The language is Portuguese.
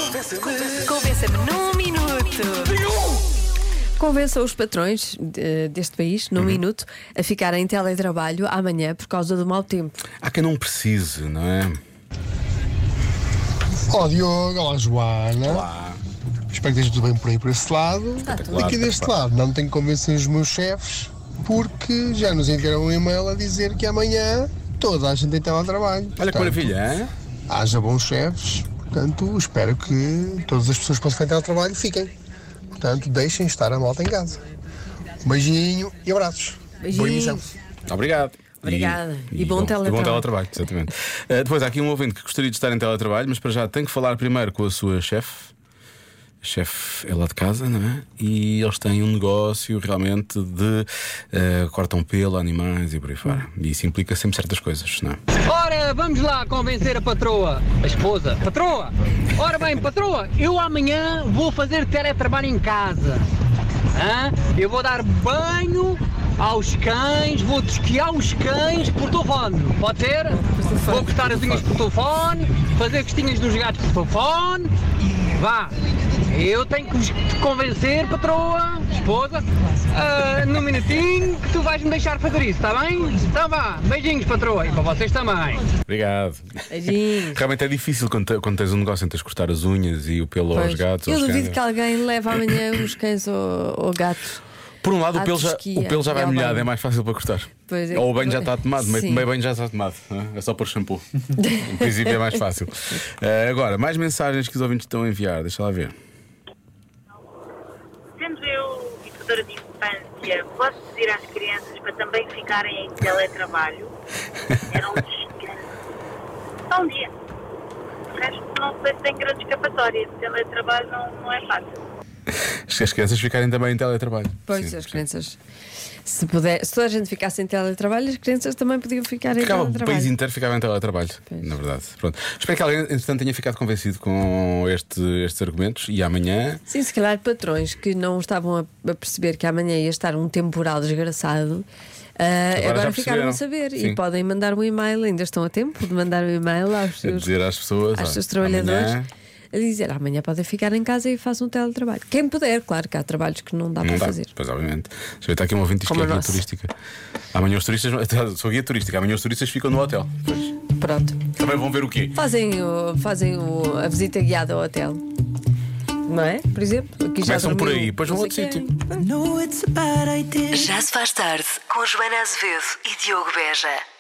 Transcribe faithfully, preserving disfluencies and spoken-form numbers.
Convença-me num minuto. Convença os patrões de, deste país, num uhum. minuto, a ficarem em teletrabalho amanhã por causa do mau tempo. Há quem não precise, não é? Olá Diogo, olá Joana. Olá. Espero que esteja tudo bem por aí, por esse lado. Está tudo. Aqui deste lado, não tenho que convencer os meus chefes, porque já nos enviaram um e-mail a dizer que amanhã toda a gente tem teletrabalho. Olha que maravilha, hein? Haja bons chefes, portanto, espero que todas as pessoas que possam fazer teletrabalho fiquem. Portanto, deixem estar a malta em casa. Um beijinho e abraços. Beijinho. Obrigado. Obrigada. E, e, e bom, bom teletrabalho. E bom teletrabalho, exatamente. uh, depois há aqui um ouvinte que gostaria de estar em teletrabalho, mas para já tem que falar primeiro com a sua chefe. A chefe é lá de casa, não é? E eles têm um negócio realmente de uh, cortam pelo, animais e por aí fora. E isso implica sempre certas coisas, não é? Ora, vamos lá convencer a patroa, a esposa. Patroa! Ora bem, patroa, eu amanhã vou fazer teletrabalho em casa. Hã? Eu vou dar banho aos cães, vou desquiar os cães por telefone. Pode ser? Vou cortar as unhas por telefone, fazer vestinhas dos gatos por telefone. Vá! Eu tenho que te convencer, patroa, esposa, uh, num minutinho, que tu vais-me deixar fazer isso, está bem? Então vá, beijinhos, patroa, e para vocês também. Obrigado. Beijinhos. Realmente é difícil quando, te, quando tens um negócio em tens de cortar as unhas e o pelo pois. aos gatos. Eu aos duvido cães. que alguém leve amanhã os cães ou, ou gatos. Por um lado, o pelo, já, o pelo já vai molhado, é mais fácil para cortar. Pois é. Ou o banho já está tomado, meio, Sim. meio banho já está tomado. É só pôr shampoo. Em princípio é mais fácil. Uh, agora, mais mensagens que os ouvintes estão a enviar, deixa lá ver. Sendo eu educadora de infância, posso dizer às crianças para também ficarem em teletrabalho? Era um descanso. Só um dia. O resto não sei se tem grande escapatória. Teletrabalho não, não é fácil. As crianças ficarem também em teletrabalho. Pois, sim, as sim. crianças. Se, puder, se toda a gente ficasse em teletrabalho, as crianças também podiam ficar em Ficava, teletrabalho. o país inteiro ficava em teletrabalho, pois. Na verdade. Pronto. Espero que alguém, entretanto, tenha ficado convencido com este, estes argumentos. E amanhã. Sim, se calhar patrões que não estavam a, a perceber que amanhã ia estar um temporal desgraçado. Uh, agora agora ficaram a saber. Sim. E podem mandar um e-mail, ainda estão a tempo de mandar um e-mail aos seus, a dizer às pessoas, aos olha, seus trabalhadores. Amanhã... A dizer, amanhã podem ficar em casa e façam um teletrabalho. Quem puder, claro que há trabalhos que não dá não para dá. fazer. Pois, obviamente. Deixa eu ver, está aqui um ouvinte que é guia turística. Amanhã os turistas. Sou guia turística, amanhã os turistas ficam no hotel. Pois. Pronto. Também vão ver o quê? Fazem, o, fazem o, a visita guiada ao hotel. Não é? Por exemplo, aqui já começam dormiu, por aí, depois vão a outro sítio. Já se faz tarde com Joana Azevedo e Diogo Beja.